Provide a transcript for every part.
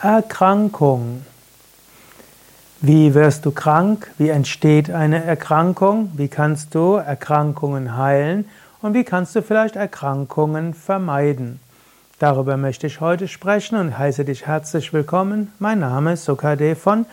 Erkrankung. Wie wirst du krank? Wie entsteht eine Erkrankung? Wie kannst du Erkrankungen heilen? Und wie kannst du vielleicht Erkrankungen vermeiden? Darüber möchte ich heute sprechen und heiße dich herzlich willkommen. Mein Name ist Sukade von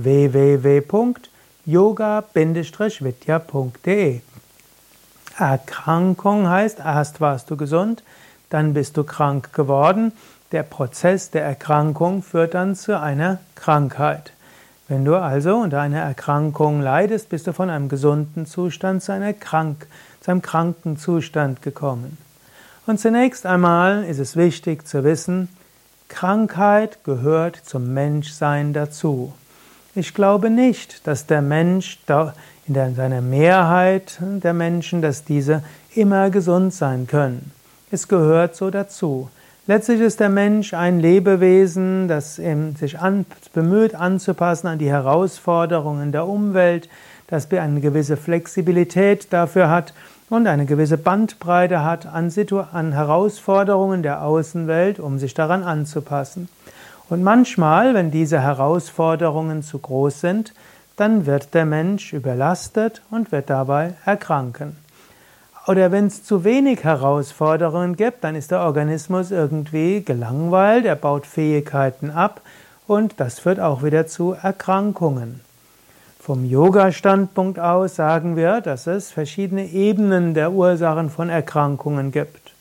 www.yoga-vidya.de. Erkrankung heißt, erst warst du gesund, dann bist du krank geworden. Der Prozess der Erkrankung führt dann zu einer Krankheit. Wenn du also unter einer Erkrankung leidest, bist du von einem gesunden Zustand zu einem kranken Zustand gekommen. Und zunächst einmal ist es wichtig zu wissen, Krankheit gehört zum Menschsein dazu. Ich glaube nicht, dass der Mensch, in seiner Mehrheit der Menschen, dass diese immer gesund sein können. Es gehört so dazu. Letztlich ist der Mensch ein Lebewesen, das sich bemüht anzupassen an die Herausforderungen der Umwelt, das eine gewisse Flexibilität dafür hat und eine gewisse Bandbreite hat an Herausforderungen der Außenwelt, um sich daran anzupassen. Und manchmal, wenn diese Herausforderungen zu groß sind, dann wird der Mensch überlastet und wird dabei erkranken. Oder wenn es zu wenig Herausforderungen gibt, dann ist der Organismus irgendwie gelangweilt, er baut Fähigkeiten ab und das führt auch wieder zu Erkrankungen. Vom Yoga-Standpunkt aus sagen wir, dass es verschiedene Ebenen der Ursachen von Erkrankungen gibt.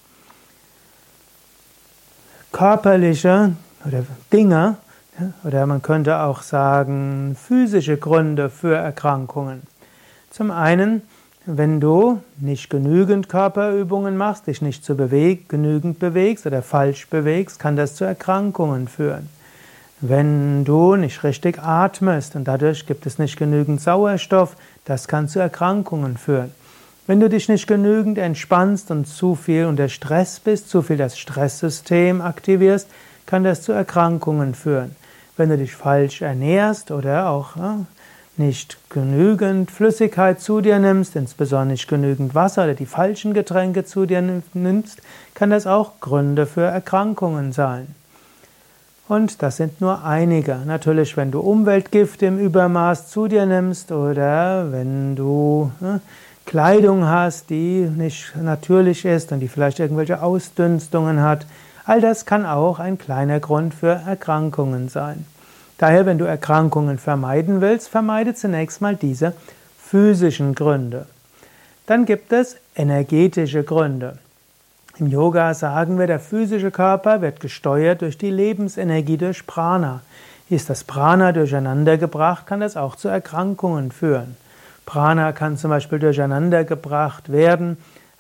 Körperliche oder Dinge, oder man könnte auch sagen physische Gründe für Erkrankungen. Zum einen, wenn du nicht genügend Körperübungen machst, dich nicht genügend bewegst oder falsch bewegst, kann das zu Erkrankungen führen. Wenn du nicht richtig atmest und dadurch gibt es nicht genügend Sauerstoff, das kann zu Erkrankungen führen. Wenn du dich nicht genügend entspannst und zu viel unter Stress bist, zu viel das Stresssystem aktivierst, kann das zu Erkrankungen führen. Wenn du dich falsch ernährst oder auch nicht genügend Flüssigkeit zu dir nimmst, insbesondere nicht genügend Wasser oder die falschen Getränke zu dir nimmst, kann das auch Gründe für Erkrankungen sein. Und das sind nur einige. Natürlich, wenn du Umweltgifte im Übermaß zu dir nimmst oder wenn du Kleidung hast, die nicht natürlich ist und die vielleicht irgendwelche Ausdünstungen hat, all das kann auch ein kleiner Grund für Erkrankungen sein. Daher, wenn du Erkrankungen vermeiden willst, vermeide zunächst mal diese physischen Gründe. Dann gibt es energetische Gründe. Im Yoga sagen wir, der physische Körper wird gesteuert durch die Lebensenergie, durch Prana. Ist das Prana durcheinandergebracht, kann das auch zu Erkrankungen führen. Prana kann zum Beispiel durcheinandergebracht werden,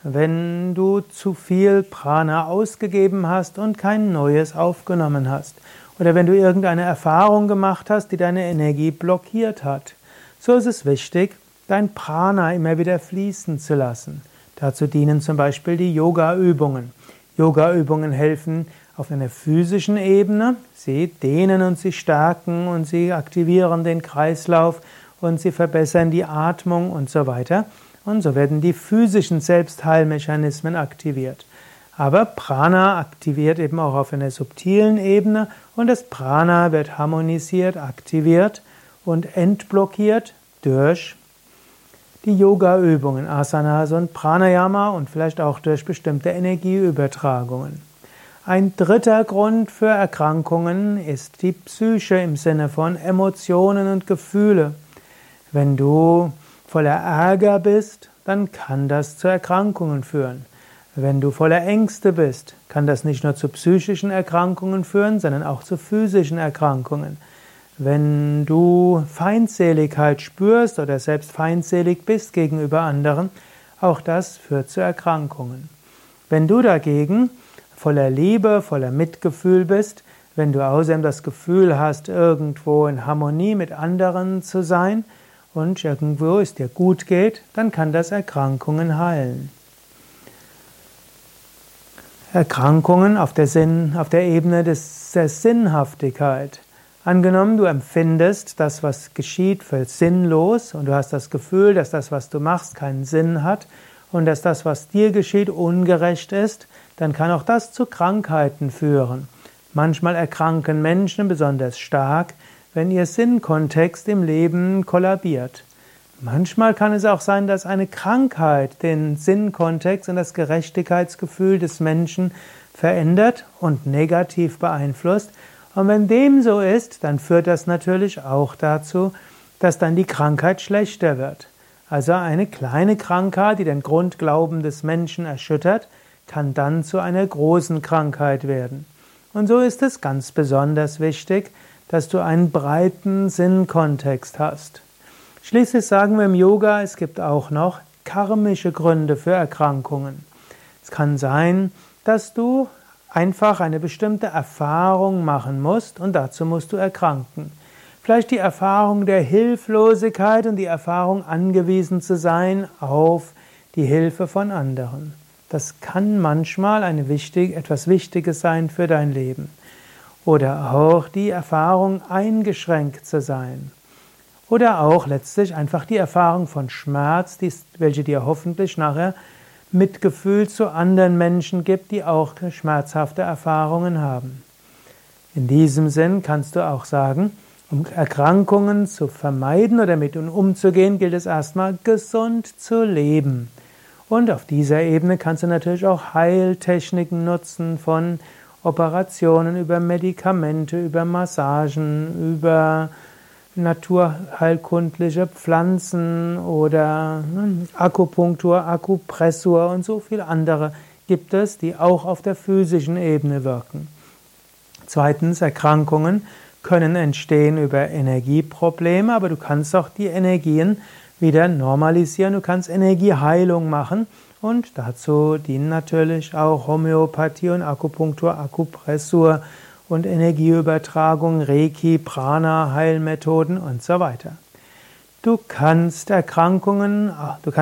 wenn du zu viel Prana ausgegeben hast und kein neues aufgenommen hast. Oder wenn du irgendeine Erfahrung gemacht hast, die deine Energie blockiert hat. So ist es wichtig, dein Prana immer wieder fließen zu lassen. Dazu dienen zum Beispiel die Yoga-Übungen. Yoga-Übungen helfen auf einer physischen Ebene. Sie dehnen und sie stärken und sie aktivieren den Kreislauf und sie verbessern die Atmung und so weiter. Und so werden die physischen Selbstheilmechanismen aktiviert. Aber Prana aktiviert eben auch auf einer subtilen Ebene und das Prana wird harmonisiert, aktiviert und entblockiert durch die Yoga-Übungen, Asanas und Pranayama und vielleicht auch durch bestimmte Energieübertragungen. Ein dritter Grund für Erkrankungen ist die Psyche im Sinne von Emotionen und Gefühle. Wenn du voller Ärger bist, dann kann das zu Erkrankungen führen. Wenn du voller Ängste bist, kann das nicht nur zu psychischen Erkrankungen führen, sondern auch zu physischen Erkrankungen. Wenn du Feindseligkeit spürst oder selbst feindselig bist gegenüber anderen, auch das führt zu Erkrankungen. Wenn du dagegen voller Liebe, voller Mitgefühl bist, wenn du außerdem das Gefühl hast, irgendwo in Harmonie mit anderen zu sein und irgendwo es dir gut geht, dann kann das Erkrankungen heilen. Erkrankungen auf der Ebene der Sinnhaftigkeit. Angenommen, du empfindest das, was geschieht, für sinnlos und du hast das Gefühl, dass das, was du machst, keinen Sinn hat und dass das, was dir geschieht, ungerecht ist, dann kann auch das zu Krankheiten führen. Manchmal erkranken Menschen besonders stark, wenn ihr Sinnkontext im Leben kollabiert. Manchmal kann es auch sein, dass eine Krankheit den Sinnkontext und das Gerechtigkeitsgefühl des Menschen verändert und negativ beeinflusst. Und wenn dem so ist, dann führt das natürlich auch dazu, dass dann die Krankheit schlechter wird. Also eine kleine Krankheit, die den Grundglauben des Menschen erschüttert, kann dann zu einer großen Krankheit werden. Und so ist es ganz besonders wichtig, dass du einen breiten Sinnkontext hast. Schließlich sagen wir im Yoga, es gibt auch noch karmische Gründe für Erkrankungen. Es kann sein, dass du einfach eine bestimmte Erfahrung machen musst und dazu musst du erkranken. Vielleicht die Erfahrung der Hilflosigkeit und die Erfahrung, angewiesen zu sein auf die Hilfe von anderen. Das kann manchmal etwas Wichtiges sein für dein Leben. Oder auch die Erfahrung, eingeschränkt zu sein. Oder auch letztlich einfach die Erfahrung von Schmerz, welche dir hoffentlich nachher Mitgefühl zu anderen Menschen gibt, die auch schmerzhafte Erfahrungen haben. In diesem Sinn kannst du auch sagen, um Erkrankungen zu vermeiden oder mit ihnen umzugehen, gilt es erstmal, gesund zu leben. Und auf dieser Ebene kannst du natürlich auch Heiltechniken nutzen, von Operationen über Medikamente, über Massagen, über naturheilkundliche Pflanzen oder Akupunktur, Akupressur und so viele andere gibt es, die auch auf der physischen Ebene wirken. Zweitens, Erkrankungen können entstehen über Energieprobleme, aber du kannst auch die Energien wieder normalisieren, du kannst Energieheilung machen und dazu dienen natürlich auch Homöopathie und Akupunktur, Akupressur und Energieübertragung, Reiki, Prana, Heilmethoden und so weiter. Du kannst erkranken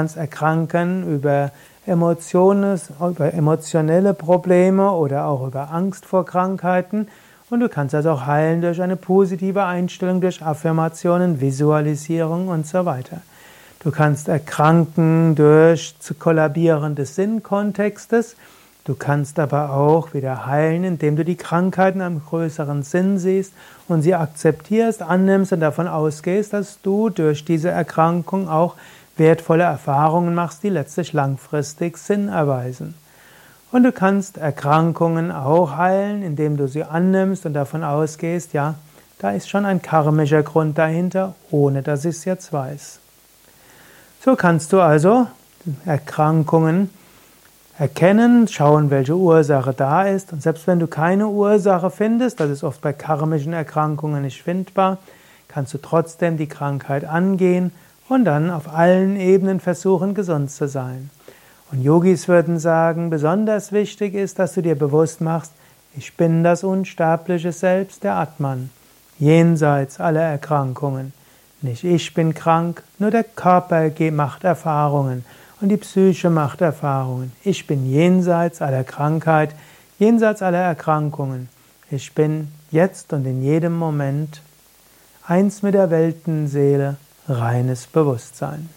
über Emotionen, über emotionelle Probleme oder auch über Angst vor Krankheiten. Und du kannst das auch heilen durch eine positive Einstellung, durch Affirmationen, Visualisierung und so weiter. Du kannst erkranken durch Kollabieren des Sinnkontextes. Du kannst aber auch wieder heilen, indem du die Krankheiten am größeren Sinn siehst und sie akzeptierst, annimmst und davon ausgehst, dass du durch diese Erkrankung auch wertvolle Erfahrungen machst, die letztlich langfristig Sinn erweisen. Und du kannst Erkrankungen auch heilen, indem du sie annimmst und davon ausgehst, ja, da ist schon ein karmischer Grund dahinter, ohne dass ich es jetzt weiß. So kannst du also Erkrankungen erkennen, schauen, welche Ursache da ist. Und selbst wenn du keine Ursache findest, das ist oft bei karmischen Erkrankungen nicht findbar, kannst du trotzdem die Krankheit angehen und dann auf allen Ebenen versuchen, gesund zu sein. Und Yogis würden sagen, besonders wichtig ist, dass du dir bewusst machst, ich bin das unsterbliche Selbst, der Atman, jenseits aller Erkrankungen. Nicht ich bin krank, nur der Körper macht Erfahrungen und die Psyche macht Erfahrungen. Ich bin jenseits aller Krankheit, jenseits aller Erkrankungen. Ich bin jetzt und in jedem Moment eins mit der Weltenseele, reines Bewusstsein.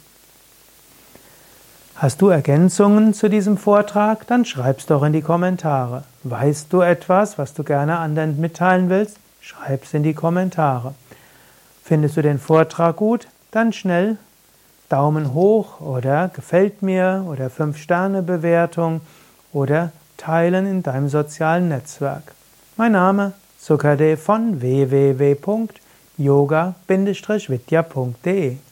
Hast du Ergänzungen zu diesem Vortrag? Dann schreib's doch in die Kommentare. Weißt du etwas, was du gerne anderen mitteilen willst? Schreib's in die Kommentare. Findest du den Vortrag gut? Dann schnell Daumen hoch oder gefällt mir oder 5-Sterne-Bewertung oder teilen in deinem sozialen Netzwerk. Mein Name Sukadev von www.yoga-vidya.de